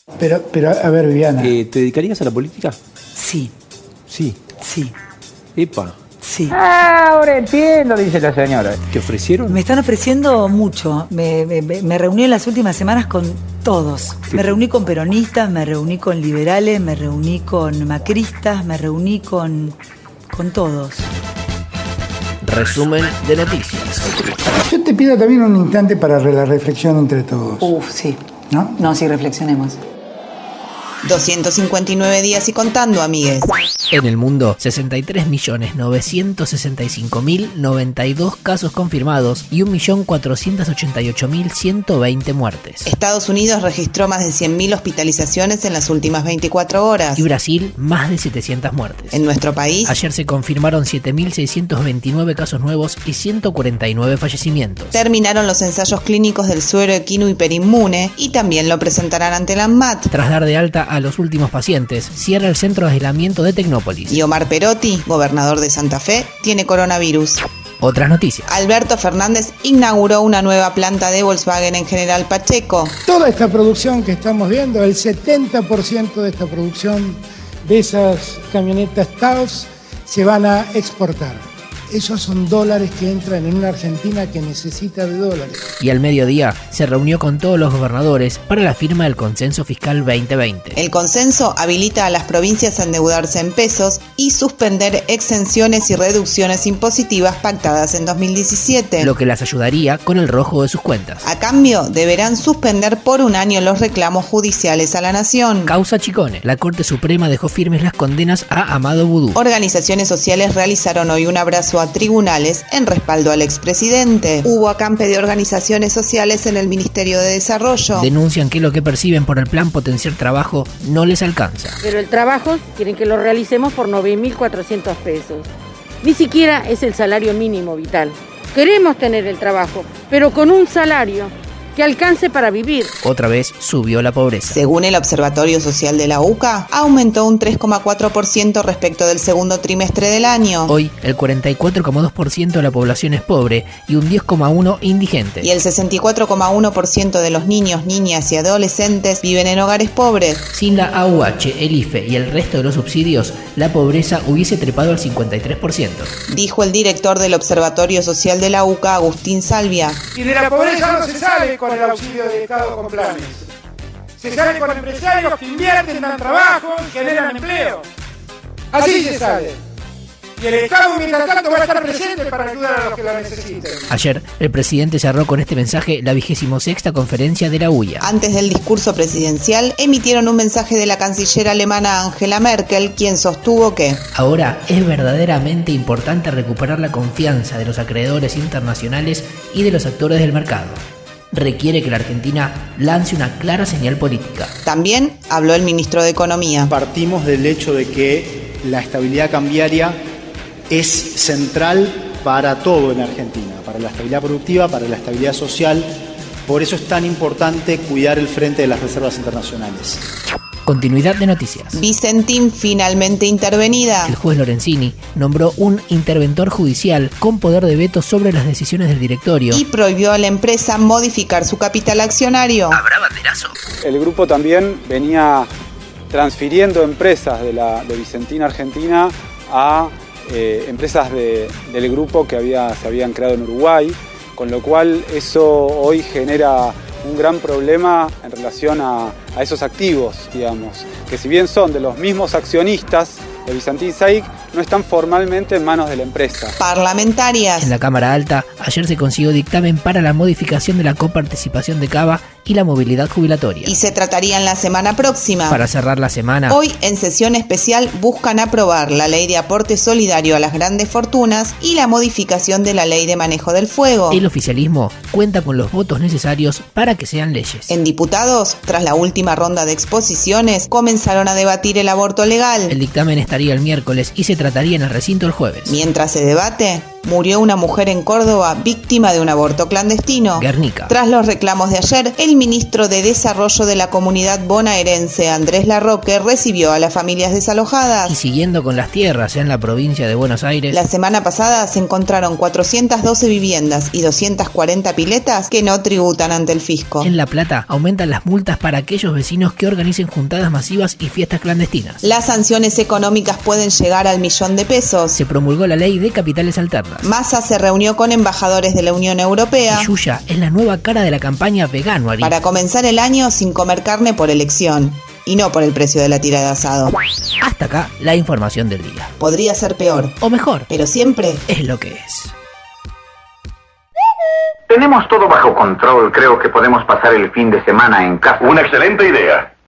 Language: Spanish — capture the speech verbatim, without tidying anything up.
Pero, pero a ver, Viviana. Eh, ¿Te dedicarías a la política? Sí. Sí. Sí. Epa. Sí. Ah, ahora entiendo, dice la señora. ¿Te ofrecieron? Me están ofreciendo mucho. Me, me, me reuní en las últimas semanas con todos. Me reuní con peronistas, me reuní con liberales, me reuní con macristas, me reuní con, con todos. Resumen de noticias. Yo te pido también un instante para la reflexión entre todos. Uf, sí. ¿No? No, sí, reflexionemos. doscientos cincuenta y nueve días y contando, amigues. En el mundo, sesenta y tres millones novecientos sesenta y cinco mil noventa y dos casos confirmados y un millón cuatrocientos ochenta y ocho mil ciento veinte muertes. Estados Unidos registró más de cien mil hospitalizaciones en las últimas veinticuatro horas. Y Brasil, más de setecientas muertes. En nuestro país, ayer se confirmaron siete mil seiscientos veintinueve casos nuevos y ciento cuarenta y nueve fallecimientos. Terminaron los ensayos clínicos del suero equino hiperinmune y también lo presentarán ante la ANMAT. Tras dar de alta a los últimos pacientes, cierra el centro de aislamiento de Tecnópolis. Y Omar Perotti, gobernador de Santa Fe, tiene coronavirus. Otras noticias. Alberto Fernández inauguró una nueva planta de Volkswagen en General Pacheco. Toda esta producción que estamos viendo, el setenta por ciento de esta producción de esas camionetas Taos se van a exportar. Esos son dólares que entran en una Argentina que necesita de dólares. Y al mediodía se reunió con todos los gobernadores para la firma del Consenso Fiscal veinte veinte. El consenso habilita a las provincias a endeudarse en pesos y suspender exenciones y reducciones impositivas pactadas en dos mil diecisiete. Lo que las ayudaría con el rojo de sus cuentas. A cambio, deberán suspender por un año los reclamos judiciales a la nación. Causa Chicone. La Corte Suprema dejó firmes las condenas a Amado Vudú. Organizaciones sociales realizaron hoy un abrazo a tribunales en respaldo al expresidente. Hubo acampe de organizaciones sociales en el Ministerio de Desarrollo. Denuncian que lo que perciben por el plan Potenciar Trabajo no les alcanza. Pero el trabajo quieren que lo realicemos por nueve mil cuatrocientos pesos. Ni siquiera es el salario mínimo vital. Queremos tener el trabajo, pero con un salario que alcance para vivir. Otra vez subió la pobreza. Según el Observatorio Social de la U C A, aumentó un tres coma cuatro por ciento respecto del segundo trimestre del año. Hoy, el cuarenta y cuatro coma dos por ciento de la población es pobre y un diez coma uno por ciento indigente. Y el sesenta y cuatro coma uno por ciento de los niños, niñas y adolescentes viven en hogares pobres. Sin la A U H, el I F E y el resto de los subsidios, la pobreza hubiese trepado al cincuenta y tres por ciento. Dijo el director del Observatorio Social de la U C A, Agustín Salvia. Y de la pobreza no se sale con el auxilio de Estado con planes. Se sale con empresarios que invierten, dan trabajo y generan empleo. Así se sale. Y el Estado, mientras tanto, va a estar presente para ayudar a los que lo necesiten. Ayer, el presidente cerró con este mensaje la vigésimo sexta conferencia de la U I A. Antes del discurso presidencial, emitieron un mensaje de la canciller alemana Angela Merkel, quien sostuvo que ahora es verdaderamente importante recuperar la confianza de los acreedores internacionales y de los actores del mercado. Requiere que la Argentina lance una clara señal política. También habló el ministro de Economía. Partimos del hecho de que la estabilidad cambiaria es central para todo en Argentina, para la estabilidad productiva, para la estabilidad social. Por eso es tan importante cuidar el frente de las reservas internacionales. Continuidad de noticias. Vicentín finalmente intervenida. El juez Lorenzini nombró un interventor judicial con poder de veto sobre las decisiones del directorio y prohibió a la empresa modificar su capital accionario. ¿Habrá banderazo? El grupo también venía transfiriendo empresas de la de Vicentín Argentina a eh, empresas de, del grupo que había, se habían creado en Uruguay, con lo cual eso hoy genera un gran problema en relación a, a esos activos, digamos, que si bien son de los mismos accionistas de Vicentín S A I C, no están formalmente en manos de la empresa. Parlamentarias. En la Cámara Alta, ayer se consiguió dictamen para la modificación de la coparticipación de Cava y la movilidad jubilatoria. Y se trataría en la semana próxima. Para cerrar la semana, hoy en sesión especial buscan aprobar la ley de aporte solidario a las grandes fortunas y la modificación de la ley de manejo del fuego. El oficialismo cuenta con los votos necesarios para que sean leyes. En diputados, tras la última ronda de exposiciones, comenzaron a debatir el aborto legal. El dictamen estaría el miércoles y se trataría en el recinto el jueves. Mientras se debate, Murió una mujer en Córdoba víctima de un aborto clandestino. Guernica. Tras los reclamos de ayer, el ministro de Desarrollo de la Comunidad Bonaerense, Andrés Larroque, recibió a las familias desalojadas. Y siguiendo con las tierras en la provincia de Buenos Aires, la semana pasada se encontraron cuatrocientas doce viviendas y doscientas cuarenta piletas que no tributan ante el fisco. En La Plata aumentan las multas para aquellos vecinos que organicen juntadas masivas y fiestas clandestinas. Las sanciones económicas pueden llegar al millón de pesos. Se promulgó la ley de capitales alternas. Massa se reunió con embajadores de la Unión Europea. Y Yuya es la nueva cara de la campaña Veganuary. Para comenzar el año sin comer carne por elección y no por el precio de la tira de asado. Hasta acá la información del día. Podría ser peor. O mejor. Pero siempre es lo que es. Tenemos todo bajo control. Creo que podemos pasar el fin de semana en casa. Una excelente idea.